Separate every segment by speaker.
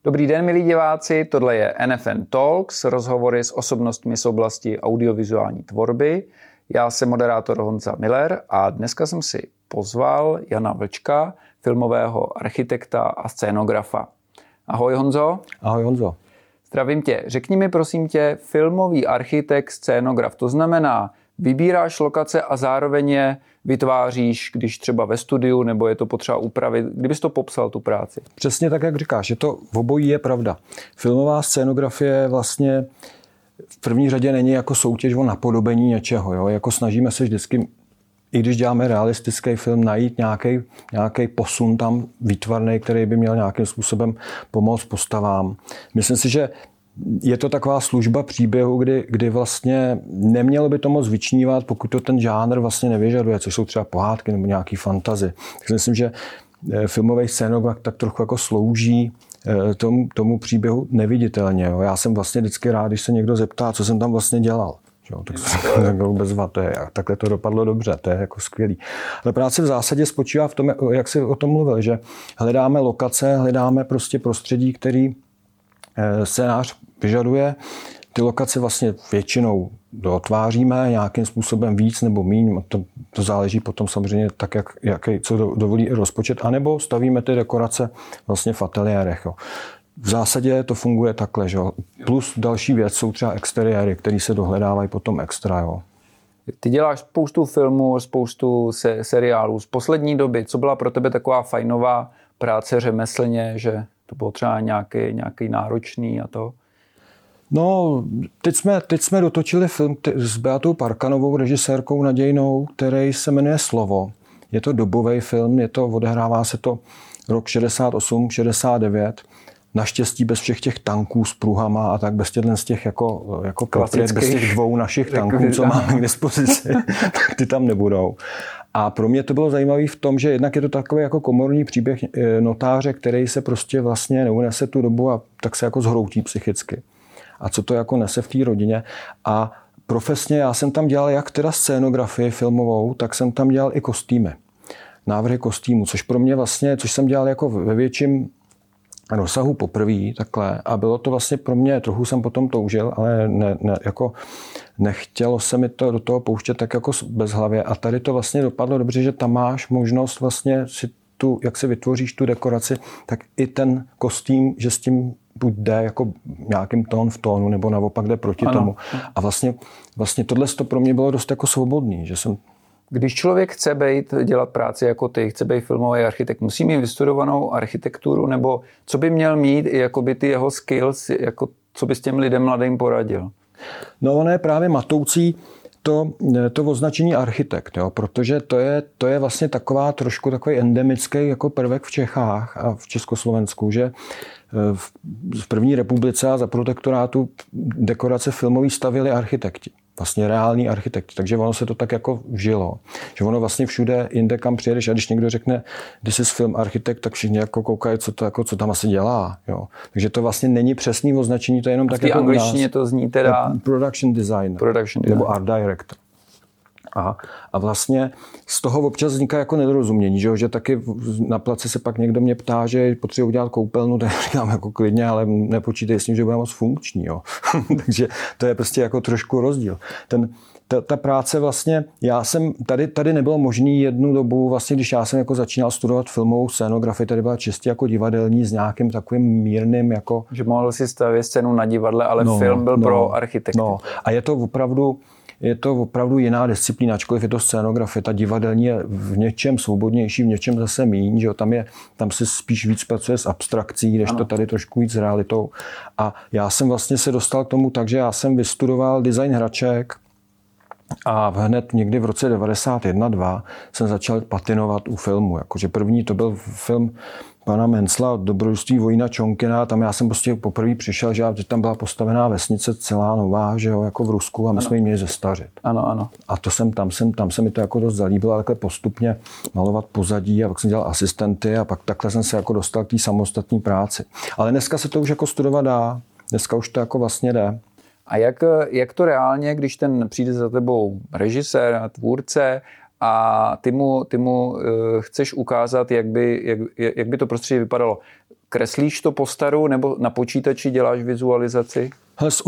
Speaker 1: Dobrý den, milí diváci, tohle je NFN Talks, rozhovory s osobnostmi z oblasti audiovizuální tvorby. Já jsem moderátor Honza Miller a dneska jsem si pozval Jana Vlčka, filmového architekta a scénografa. Ahoj Honzo.
Speaker 2: Ahoj Honzo.
Speaker 1: Zdravím tě. Řekni mi prosím tě, filmový architekt, scénograf, to znamená, vybíráš lokace a zároveň je vytváříš, když třeba ve studiu, nebo je to potřeba upravit. Kdybys to popsal, tu práci?
Speaker 2: Přesně tak, jak říkáš, že to v obojí je pravda. Filmová scénografie vlastně v první řadě není jako soutěž o napodobení něčeho. Jo? Jako snažíme se vždycky, i když děláme realistický film, najít nějaký posun tam výtvarný, který by měl nějakým způsobem pomoct postavám. Myslím si, že je to taková služba příběhu, kdy vlastně nemělo by to moc vyčnívat, pokud to ten žánr vlastně nevyžaduje, což jsou třeba pohádky nebo nějaký fantasy. Tak myslím, že filmový scénograf tak trochu jako slouží tomu příběhu neviditelně. Jo. Já jsem vlastně vždycky rád, když se někdo zeptá, co jsem tam vlastně dělal. Jo, tak vůbec takhle to dopadlo dobře, to je jako skvělý. Ale práce v zásadě spočívá v tom, jak jsi o tom mluvil, že hledáme lokace, hledáme prostě prostředí, který scénář vyžaduje. Ty lokace vlastně většinou dotváříme nějakým způsobem víc nebo míň. To záleží potom samozřejmě tak, co dovolí i rozpočet. A nebo stavíme ty dekorace vlastně v ateliérech. Jo. V zásadě to funguje takhle. Že? Plus další věc jsou třeba exteriéry, které se dohledávají potom extra. Jo.
Speaker 1: Ty děláš spoustu filmů, spoustu seriálů. Z poslední doby, co byla pro tebe taková fajnová práce řemeslně, že to bylo třeba nějaký náročný a to?
Speaker 2: No, teď jsme dotočili film s Beatou Parkanovou, režisérkou nadějnou, který se jmenuje Slovo. Je to dobový film, odehrává se to rok 68, 69. Naštěstí bez všech těch tanků s pruhama a tak bez těch jako portrét, bez těch dvou našich tanků, co máme k dispozici, tak ty tam nebudou. A pro mě to bylo zajímavé v tom, že jednak je to takový jako komorní příběh notáře, který se prostě vlastně neunese tu dobu a tak se jako zhroutí psychicky. A co to jako nese v té rodině. A profesně já jsem tam dělal jak teda scénografii filmovou, tak jsem tam dělal i kostýmy. Návrhy kostýmů, což pro mě vlastně, což jsem dělal jako ve větším rozsahu poprvé takhle. A bylo to vlastně pro mě, trochu jsem potom toužil, ale nechtělo se mi to do toho pouštět tak jako bezhlavě. A tady to vlastně dopadlo dobře, že tam máš možnost vlastně si jak si vytvoříš tu dekoraci, tak i ten kostým, že s tím buď jde jako nějakým tón v tónu, nebo naopak jde proti tomu. A vlastně tohle to pro mě bylo dost jako svobodný, že jsem...
Speaker 1: Když člověk chce dělat práci jako ty, chce být filmový architekt, musí mít vystudovanou architekturu, nebo co by měl mít i jakoby ty jeho skills, jako co by s těm lidem mladým poradil?
Speaker 2: No ono je právě matoucí to označení architekt, jo, protože to je vlastně trošku takový endemický jako prvek v Čechách a v Československu, že v první republice a za protektorátu dekorace filmový stavěli architekti. Vlastně reální architekti, takže ono se to tak jako vžilo. Že ono vlastně všude jinde, kam přijedeš a když někdo řekne, když jsi film architekt, tak všichni jako koukají, co tam asi dělá. Jo. Takže to vlastně není přesný označení, to je jenom tak jako u nás. V angličtině
Speaker 1: to zní teda...
Speaker 2: Production designer. Nebo art director. A vlastně z toho občas vzniká jako nedorozumění, že taky na place se pak někdo mě ptá, že potřebuje udělat koupelnu, tak říkám jako klidně, ale nepočítej s tím, že bude moc funkční. Jo. Takže to je prostě jako trošku rozdíl. Ta práce vlastně, já jsem, tady nebylo možný jednu dobu, vlastně když já jsem jako začínal studovat filmovou scénografii, tady byla čistě jako divadelní s nějakým takovým mírným jako...
Speaker 1: Že mohl si stavět scénu na divadle, ale film byl pro architekty.
Speaker 2: No, a je to opravdu jiná disciplína, ačkoliv je to scénografie. Ta divadelní je v něčem svobodnější, v něčem zase míň, že jo? Tam se spíš víc pracuje s abstrakcí, než to tady trošku víc s realitou. A já jsem vlastně se dostal k tomu tak, že já jsem vystudoval design hraček a hned někdy v roce 91-2 jsem začal patinovat u filmu. Jakože první to byl film pana Mencla od Dobrodružství Vojína Čonkina. Tam já jsem prostě poprvé přišel, že tam byla postavená vesnice celá nová, že jo, jako v Rusku a my jsme ji měli zestařit.
Speaker 1: Ano.
Speaker 2: A tam se mi to jako dost zalíbilo, ale takhle postupně malovat pozadí a pak jsem dělal asistenty a pak takhle jsem se jako dostal k té samostatné práci. Ale dneska se to už jako studovat dá. Dneska už to jako vlastně jde.
Speaker 1: A jak to reálně, když přijde za tebou režisér a tvůrce a ty mu chceš ukázat, jak by to prostředí vypadalo. kreslíš to postaru nebo na počítači děláš vizualizaci?
Speaker 2: Hele, z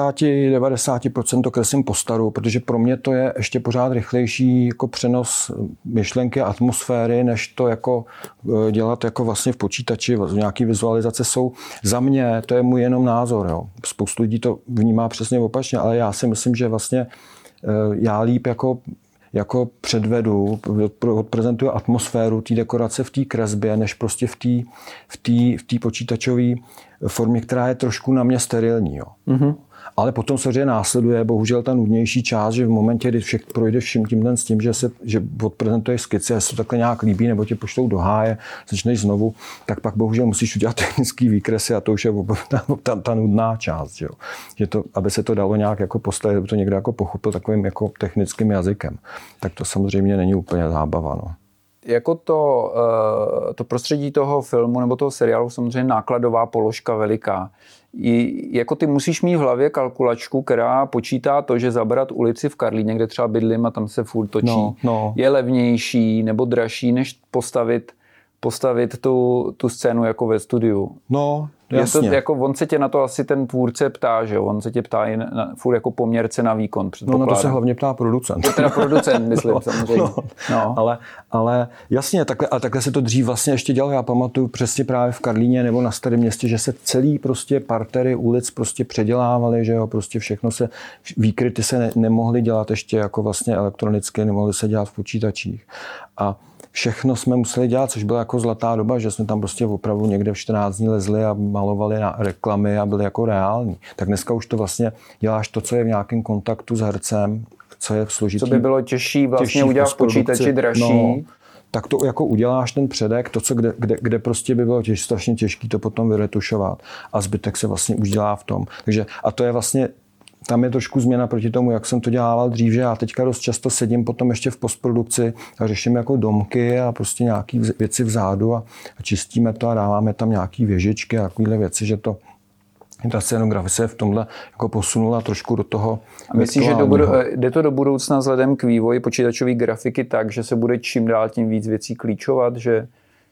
Speaker 2: 80-90% to kreslím postaru, protože pro mě to je ještě pořád rychlejší jako přenos myšlenky a atmosféry, než to jako dělat jako vlastně v počítači. Nějaký vizualizace jsou za mě, to je můj jenom názor. Jo. Spoustu lidí to vnímá přesně opačně, ale já si myslím, že vlastně já líp jako předvedu, odprezentuju atmosféru té dekorace v té kresbě, než prostě v té počítačové formě, která je trošku na mě sterilní. Jo. Mm-hmm. Ale potom samozřejmě následuje bohužel ta nudnější část, že v momentě, kdy projdeš vším tímhle s tím, že odprezentuješ skici a se to takhle nějak líbí, nebo tě pošlou do háje, začneš znovu, tak pak bohužel musíš udělat technický výkresy a to už je ta nudná část. Jo. Že to, aby se to dalo nějak jako postavit, aby to někdo jako pochopil takovým jako technickým jazykem. Tak to samozřejmě není úplně zábava. No.
Speaker 1: Jako to prostředí toho filmu nebo toho seriálu samozřejmě nákladová položka veliká. Jako ty musíš mít v hlavě kalkulačku, která počítá to, že zabrat ulici v Karlíně, kde třeba bydlím a tam se furt točí, je levnější nebo dražší, než postavit tu scénu jako ve studiu.
Speaker 2: No, jasně.
Speaker 1: Je to, jako on se tě na to asi ten tvůrce ptá, že jo? On se tě ptá i furt jako poměr cena výkon.
Speaker 2: No, na to se hlavně ptá producent.
Speaker 1: Teda producent, myslím, samozřejmě.
Speaker 2: No. Ale jasně, takhle se to dřív vlastně ještě dělalo. Já pamatuju přesně právě v Karlíně nebo na Starém Městě, že se celý prostě partery ulic prostě předělávaly, že jo, prostě všechno se, výkryty se nemohly dělat ještě jako vlastně elektronicky, nemohly se dělat v počítačích. A všechno jsme museli dělat, což byla jako zlatá doba, že jsme tam prostě opravdu někde v 14 dní lezli a malovali na reklamy a byli jako reální. Tak dneska už to vlastně děláš to, co je v nějakém kontaktu s hercem, co je složitý.
Speaker 1: Co by bylo těžší vlastně udělat v počítači dražší.
Speaker 2: Tak to jako uděláš ten předek, to, co kde prostě by bylo strašně těžké to potom vyretušovat. A zbytek se vlastně už dělá v tom. Takže, a to je vlastně tam je trošku změna proti tomu, jak jsem to dělával dřív, že já teďka dost často sedím potom ještě v postprodukci a řeším jako domky a prostě nějaký věci vzadu a čistíme to a dáváme tam nějaký věžičky a takovéhle věci, že to ta scenografie se v tomhle jako posunula trošku do toho.
Speaker 1: A myslíš, že jde to do budoucna vzhledem k vývoji počítačové grafiky tak, že se bude čím dál tím víc věcí klíčovat, že...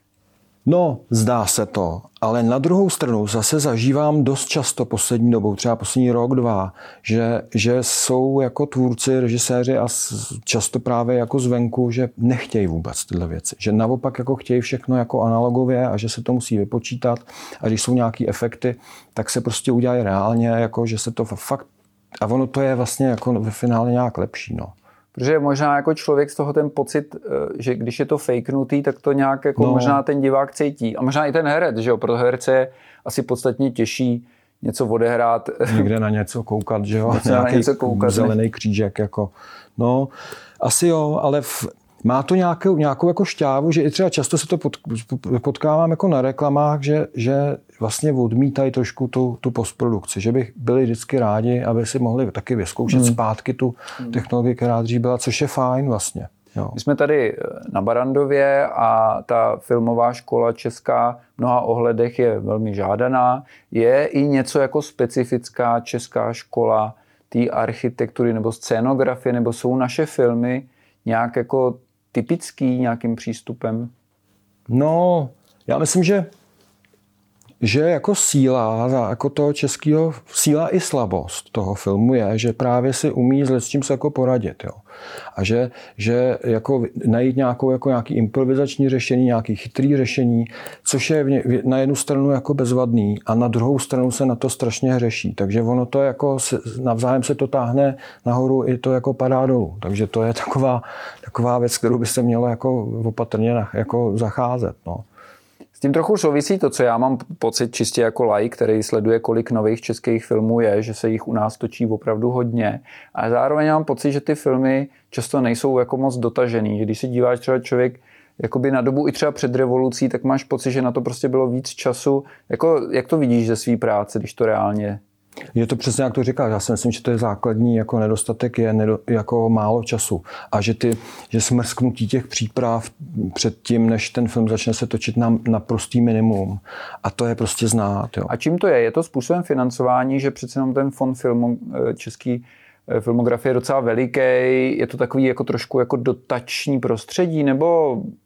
Speaker 2: No, zdá se to, ale na druhou stranu zase zažívám dost často poslední dobou, třeba poslední rok, 2, že jsou jako tvůrci, režiséři a často právě jako zvenku, že nechtějí vůbec tyhle věci. Že naopak jako chtějí všechno jako analogově a že se to musí vypočítat a když jsou nějaký efekty, tak se prostě udělají reálně, jako že se to fakt... A ono to je vlastně jako ve finále nějak lepší, no.
Speaker 1: Protože možná jako člověk z toho ten pocit, že když je to fakenutý, tak to nějak jako možná ten divák cítí. A možná i ten herec, že jo? Pro herce je asi podstatně těžší něco odehrát.
Speaker 2: Někde na něco koukat, že jo? Nějaký zelený křížek, jako. No, asi jo, ale má to nějakou jako šťávu, že i třeba často se to potkávám jako na reklamách, že vlastně odmítají trošku tu postprodukci, že by byli vždycky rádi, aby si mohli taky vyzkoušet zpátky tu technologii, která dřív byla, což je fajn vlastně. Jo.
Speaker 1: My jsme tady na Barrandově a ta filmová škola česká v mnoha ohledech je velmi žádaná. Je i něco jako specifická česká škola té architektury nebo scénografie, nebo jsou naše filmy nějak jako typický nějakým přístupem?
Speaker 2: No, já myslím, že jako síla, jako toho českého, síla i slabost toho filmu je, že právě si umí s čím se jako poradit. Jo. A že jako najít nějaký improvizační řešení, nějaký chytrý řešení, což je na jednu stranu jako bezvadný a na druhou stranu se na to strašně hřeší. Takže ono to jako navzájem se to táhne nahoru i to jako padá dolů. Takže to je taková věc, kterou by se mělo jako opatrně jako zacházet. No.
Speaker 1: S tím trochu souvisí to, co já mám pocit čistě jako laik, který sleduje, kolik nových českých filmů je, že se jich u nás točí opravdu hodně. A zároveň mám pocit, že ty filmy často nejsou jako moc dotažený. Že když se díváš třeba člověk jakoby na dobu i třeba před revolucí, tak máš pocit, že na to prostě bylo víc času. Jako, jak to vidíš ze své práce, když to reálně...
Speaker 2: Je to přesně, jak to říkáš. Já si myslím, že to je základní jako nedostatek, jako málo času. A že smrsknutí těch příprav před tím, než ten film začne se točit na prostý minimum. A to je prostě znát. Jo.
Speaker 1: A čím to je? Je to způsobem financování, že přece jenom ten fond český filmografie je docela veliký? Je to takový jako trošku jako dotační prostředí? Nebo...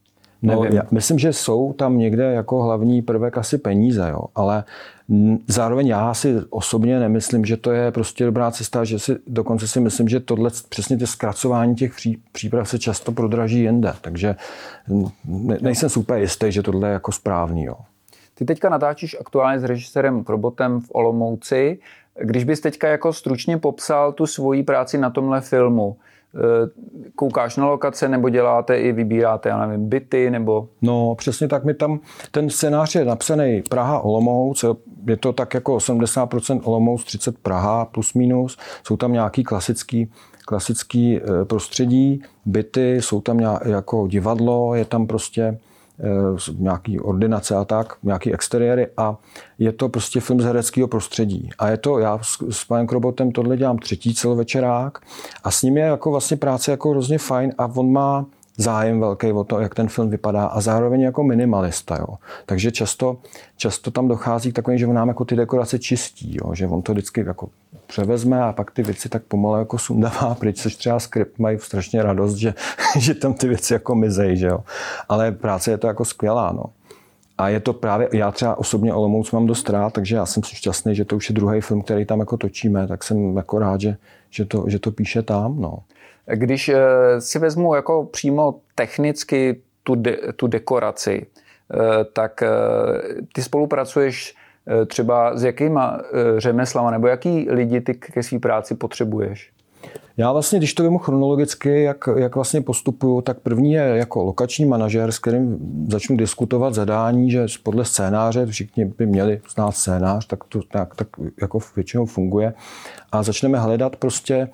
Speaker 2: No, já myslím, že jsou tam někde jako hlavní prvek asi peníze, jo, ale zároveň já si osobně nemyslím, že to je prostě dobrá cesta, že dokonce si myslím, že tohle přesně ty zkracování těch příprav se často prodraží jinde, takže nejsem super jistý, že tohle je jako správný, jo.
Speaker 1: Ty teďka natáčíš aktuálně s režisérem Krobotem v Olomouci. Když bys teďka jako stručně popsal tu svoji práci na tomhle filmu, koukáš na lokace nebo děláte i vybíráte, já nevím, byty nebo...
Speaker 2: No přesně tak, mi tam ten scénář je napsaný Praha-Olomouc, je to tak jako 80% Olomouc, 30 Praha plus minus, jsou tam nějaký klasický prostředí, byty, jsou tam jako divadlo, je tam prostě nějaký ordinace a tak, nějaký exteriéry a je to prostě film z hereckého prostředí. A je to, já s panem Krobotem tohle dělám 3. celovečerák a s ním je jako vlastně práce jako hrozně fajn a on má zájem velký o to, jak ten film vypadá a zároveň jako minimalista. Jo. Takže často tam dochází k takovým, že on nám jako ty dekorace čistí, jo. Že on to vždycky jako převezme a pak ty věci tak pomalu jako sundává pryč, což třeba Skript mají strašně radost, že tam ty věci jako mizej, že jo. Ale práce je to jako skvělá, no. A je to právě, já třeba osobně Olomouc mám dost rád, takže já jsem šťastný, že to už je druhý film, který tam jako točíme, tak jsem jako rád, že to píše tam, no.
Speaker 1: Když si vezmu jako přímo technicky tu dekoraci, tak ty spolupracuješ třeba s jakýma řemeslama nebo jaký lidi ty ke své práci potřebuješ?
Speaker 2: Já vlastně, když to vemu chronologicky, jak vlastně postupuju, tak první je jako lokační manažer, s kterým začnu diskutovat zadání, že podle scénáře, všichni by měli znát scénář, tak to tak jako většinou funguje. A začneme hledat prostě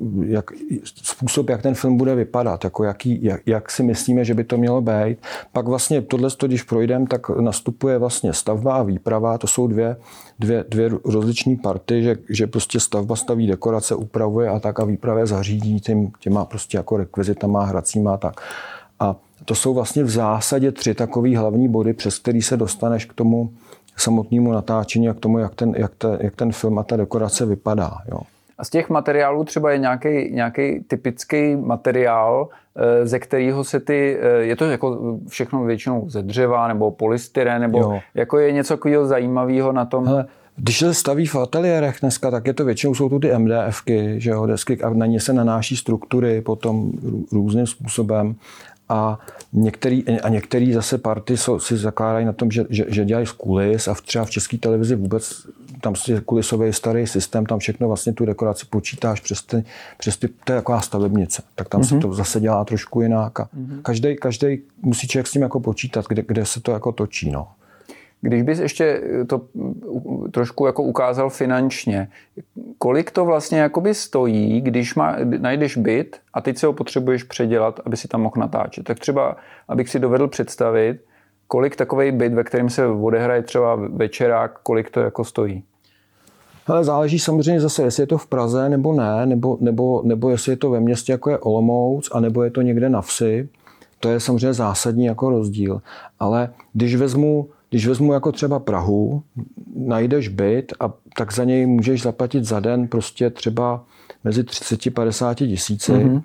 Speaker 2: způsob, jak ten film bude vypadat, jako jak si myslíme, že by to mělo být. Pak vlastně tohle, když projdeme, tak nastupuje vlastně stavba a výprava. To jsou dvě rozličné party, že prostě stavba staví dekorace, upravuje a tak a výpravě zařídí těma prostě jako rekvizitama, hracíma a tak. A to jsou vlastně v zásadě 3 takový hlavní body, přes který se dostaneš k tomu samotnému natáčení a k tomu, jak ten film a ta dekorace vypadá. Jo.
Speaker 1: A z těch materiálů třeba je nějaký typický materiál, ze kterého se je to jako všechno většinou ze dřeva nebo polystyren, nebo jo. Jako je něco takového zajímavého na tom?
Speaker 2: Hele, když se staví v ateliérech dneska, tak je to většinou jsou to ty MDFky, že jo, desky a na ně se nanáší struktury potom různým způsobem. A některý zase party si zakládají na tom, že dělají z kulis a třeba v České televizi vůbec tam je kulisový starý systém, tam všechno vlastně tu dekoraci počítáš přes ty to je taková stavebnice, tak tam se to zase dělá trošku jinak. A každý musí člověk s tím jako počítat, kde se to jako točí, no.
Speaker 1: Když bys ještě to trošku jako ukázal finančně, kolik to vlastně jakoby stojí, když najdeš byt a teď se ho potřebuješ předělat, aby si tam mohl natáčet. Tak třeba, abych si dovedl představit, kolik takovej byt, ve kterém se odehraje třeba večerák, kolik to jako stojí?
Speaker 2: Ale záleží samozřejmě zase, jestli je to v Praze nebo ne, nebo jestli je to ve městě, jako je Olomouc, anebo je to někde na vsi. To je samozřejmě zásadní jako rozdíl. Ale když vezmu jako třeba Prahu, najdeš byt a tak za něj můžeš zaplatit za den prostě třeba mezi 30-50 tisíci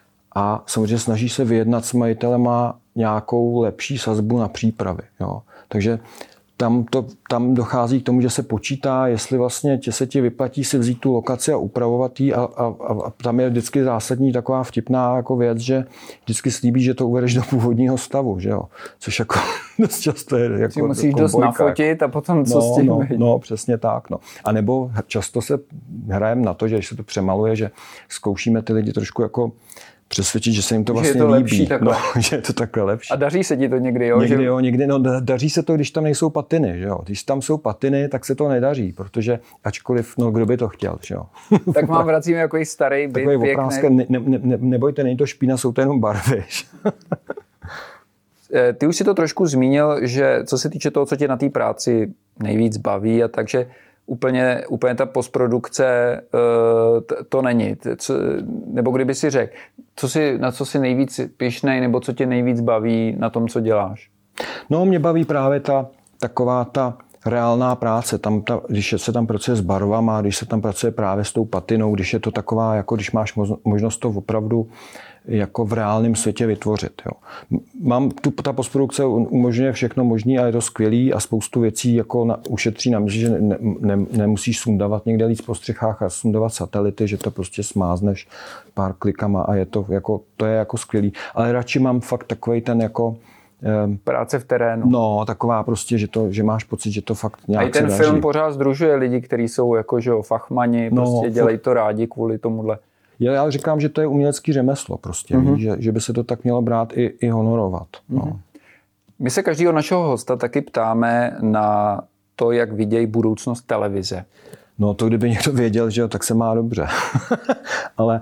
Speaker 2: a samozřejmě snaží se vyjednat s majitelema nějakou lepší sazbu na přípravy. Jo. Takže tam dochází k tomu, že se počítá, jestli vlastně se ti vyplatí si vzít tu lokaci a upravovat ji a tam je vždycky zásadní taková vtipná jako věc, že vždycky slíbí, že to uvedeš do původního stavu, že jo? Což jako dost často je jako
Speaker 1: si musíš dost nafotit a potom co s tím?
Speaker 2: No, přesně tak. No. A nebo často se hrajeme na to, že když se to přemaluje, že zkoušíme ty lidi trošku jako přesvědčit, že se jim to vlastně líbí. Že je to takhle lepší.
Speaker 1: A daří se ti to někdy, jo?
Speaker 2: Někdy, daří se to, když tam nejsou patiny, že jo. Když tam jsou patiny, tak se to nedaří, protože ačkoliv, kdo by to chtěl, že jo.
Speaker 1: Tak vám vracíme jako starý byt,
Speaker 2: takový oprázka, nebojte, není to špína, jsou to jenom barvy.
Speaker 1: Ty už si to trošku zmínil, že co se týče toho, co tě na té práci nejvíc baví, a takže úplně ta postprodukce to není. Nebo kdyby si řekl, na co si nejvíc pyšnej, nebo co tě nejvíc baví na tom, co děláš?
Speaker 2: No, mě baví právě taková ta reálná práce. Když se tam pracuje s barvama, když se tam pracuje právě s tou patinou, když je to taková, jako když máš možnost to opravdu jako v reálném světě vytvořit. Jo. Ta postprodukce umožňuje všechno možné a je to skvělý a spoustu věcí jako ušetří nám, že nemusíš sundavat někde líc po střechách a sundavat satelity, že to prostě smázneš pár klikama a to je jako skvělý. Ale radši mám fakt takovej ten jako
Speaker 1: práce v terénu.
Speaker 2: No, taková prostě, že máš pocit, že to fakt nějak.
Speaker 1: A i ten film pořád sdružuje lidi, kteří jsou jako, že fachmani, prostě dělají to rádi kvůli tomuhle.
Speaker 2: Já říkám, že to je umělecký řemeslo prostě, že by se to tak mělo brát i honorovat. No.
Speaker 1: My se každého našeho hosta taky ptáme na to, jak vidějí budoucnost televize.
Speaker 2: No to kdyby někdo věděl, že jo, tak se má dobře. Ale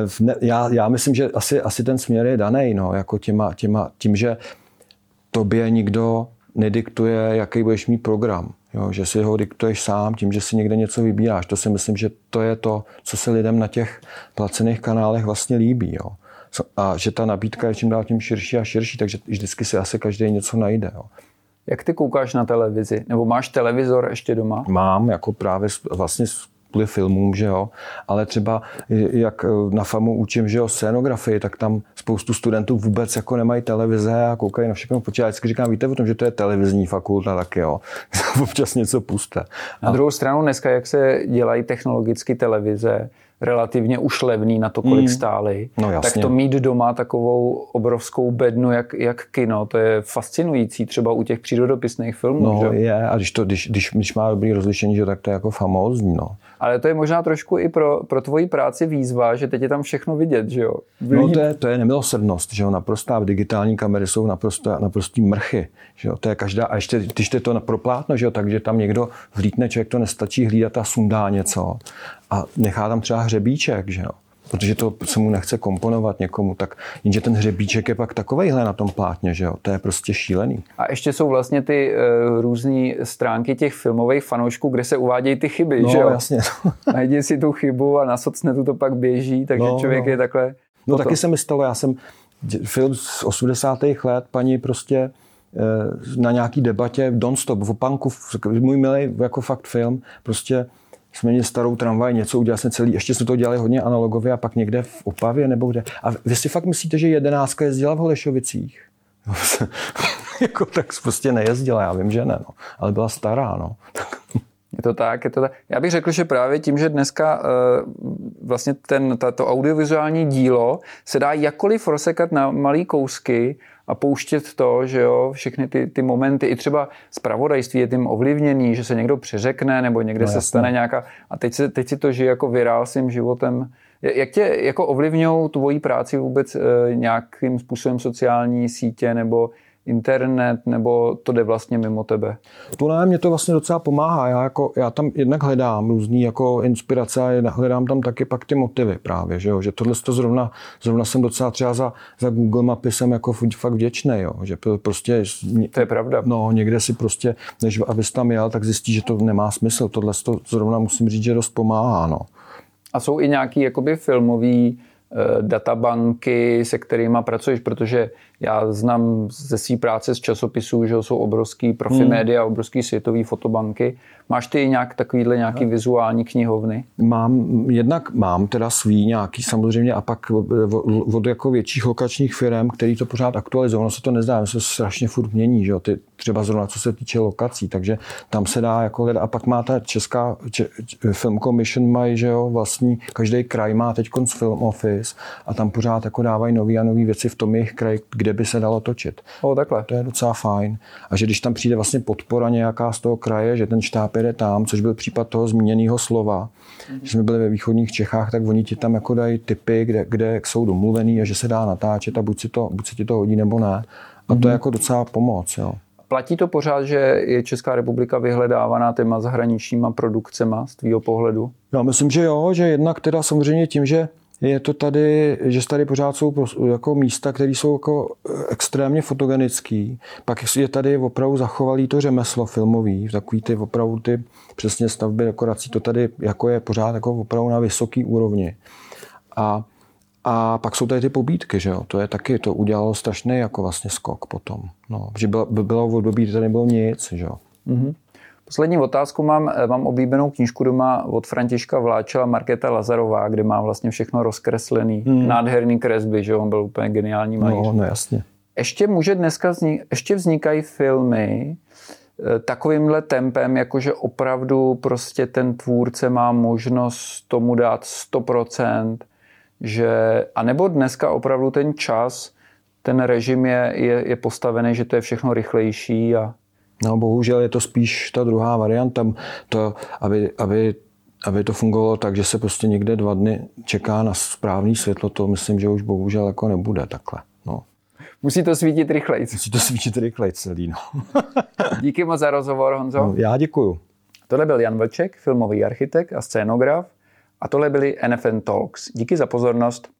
Speaker 2: já myslím, že asi ten směr je daný, no, jako tím, že tobě nikdo nediktuje, jaký budeš mít program. Jo, že si ho diktuješ sám tím, že si někde něco vybíráš. To si myslím, že to je to, co se lidem na těch placených kanálech vlastně líbí. Jo. A že ta nabídka je čím dál tím širší a širší, takže vždycky si asi každý něco najde. Jo.
Speaker 1: Jak ty koukáš na televizi? Nebo máš televizor ještě doma?
Speaker 2: Mám, jako právě vlastně kvůli filmům, že jo, ale třeba jak na FAMu učím, že jo, scénografii, tak tam spoustu studentů vůbec jako nemají televize a koukají na všechno počítač. Já vždycky říkám, víte o tom, že to je televizní fakulta taky, jo. Občas něco puste.
Speaker 1: Na druhou stranu dneska, jak se dělají technologicky televize, relativně už levný na to, kolik stály, tak to mít doma takovou obrovskou bednu, jak kino, to je fascinující třeba u těch přírodopisných filmů.
Speaker 2: No
Speaker 1: že?
Speaker 2: Je, a když má dobrý rozlišení, že tak to je jako famózní, no.
Speaker 1: Ale to je možná trošku i pro tvoji práci výzva, že teď je tam všechno vidět, že jo?
Speaker 2: No to je nemilosrdnost, že jo, naprostá, digitální kamery jsou naprostý mrchy, že jo, to je každá, a ještě když to je to pro plátno, že jo, takže tam někdo vlítne, člověk to nestačí hlídat a sundá něco a nechá tam třeba hřebíček, že jo. Protože to se mu nechce komponovat někomu, tak jenže ten hřebíček je pak takovejhle na tom plátně, že jo, to je prostě šílený.
Speaker 1: A ještě jsou vlastně ty různé stránky těch filmových fanoušků, kde se uvádějí ty chyby, že jo?
Speaker 2: No, jasně.
Speaker 1: Najdi si tu chybu a na socnetu to pak běží, takže člověk je takhle...
Speaker 2: No taky se mi stalo, já jsem film z 80. let, paní prostě na nějaký debatě Don't Stop, v Opanku, můj milý jako fakt film, prostě jsme měli starou tramvaj, něco udělali jsme celý, ještě jsme to dělali hodně analogově a pak někde v Opavě nebo kde. A vy si fakt myslíte, že 11 jezdila v Holešovicích? Jako tak prostě nejezdila, já vím, že ne, no. Ale byla stará, no.
Speaker 1: Je to tak. Já bych řekl, že právě tím, že dneska vlastně to audiovizuální dílo se dá jakkoliv rozsekat na malý kousky a pouštět to, že jo, všechny ty momenty, i třeba zpravodajství je tím ovlivněný, že se někdo přeřekne nebo někde se stane nějaká... A teď si to žije jako virál svým životem. Jak tě jako ovlivňují tvoji práci vůbec nějakým způsobem sociální sítě nebo internet, nebo to jde vlastně mimo tebe? To
Speaker 2: ne, mě to vlastně docela pomáhá. Já tam jednak hledám různý jako inspirace a hledám tam taky pak ty motivy právě, že jo? Že tohle to zrovna jsem docela třeba za Google Mapy jsem jako fakt vděčný, jo? Že prostě...
Speaker 1: To je pravda.
Speaker 2: No, někde si prostě, než abys tam jel, tak zjistíš, že to nemá smysl. Tohle to zrovna musím říct, že dost pomáhá, no.
Speaker 1: A jsou i nějaký jakoby filmový databanky, se kterými pracuješ, protože já znám ze své práce z časopisů, že jsou obrovský Profimedia, obrovský světový fotobanky. Máš ty nějaký vizuální knihovny?
Speaker 2: Mám teda svý nějaký samozřejmě a pak od jako větších lokačních firm, který to pořád aktualizují. Ono se to nezdá, se strašně furt mění, že jo? Třeba zrovna co se týče lokací, takže tam se dá jako hledat. A pak má ta česká Film Commission mají, že jo, vlastní, každý kraj má teď Film Office a tam pořád jako dávají nový a nový věci v tom jejich kraji, kde by se dalo točit.
Speaker 1: Takhle.
Speaker 2: To je docela fajn. A že když tam přijde vlastně podpora nějaká z toho kraje, že ten štáb jede tam, což byl případ toho zmíněného Slova, že jsme byli ve východních Čechách, tak oni ti tam jako dají tipy, kde jsou domluvený a že se dá natáčet a buď se ti to hodí nebo ne. A to je jako docela pomoc, jo.
Speaker 1: Platí to pořád, že je Česká republika vyhledávaná těma zahraničníma produkcema z tvýho pohledu?
Speaker 2: Já myslím, že jo, že jednak teda samozřejmě tím, že je to tady, že tady pořád jsou jako místa, které jsou jako extrémně fotogenický. Pak je tady opravdu zachovalý to řemeslo filmový, takový ty opravdu ty přesně stavby dekorací, to tady jako je pořád jako opravdu na vysoký úrovni. A pak jsou tady ty pobídky, že jo, to je taky, to udělalo strašný jako vlastně skok potom. No, že bylo v období, kdy tady nebylo nic, že jo.
Speaker 1: Mm-hmm. Poslední otázku mám oblíbenou knížku doma od Františka Vláčela, Markéta Lazarová, kde má vlastně všechno rozkreslený, nádherný kresby, že on byl úplně geniální malíř.
Speaker 2: No jasně.
Speaker 1: Ještě vznikají filmy takovýmhle tempem, jakože opravdu prostě ten tvůrce má možnost tomu dát 100%, a nebo dneska opravdu ten čas, ten režim je postavený, že to je všechno rychlejší a...
Speaker 2: No bohužel je to spíš ta druhá varianta, aby to fungovalo tak, že se prostě někde 2 dny čeká na správný světlo, to myslím, že už bohužel jako nebude takhle. No.
Speaker 1: Musí to svítit rychlejc.
Speaker 2: Musí to svítit rychlejc celý, no.
Speaker 1: Díky moc za rozhovor, Honzo.
Speaker 2: No, já děkuju.
Speaker 1: Tohle byl Jan Vlček, filmový architekt a scénograf, a tohle byly NFN Talks. Díky za pozornost.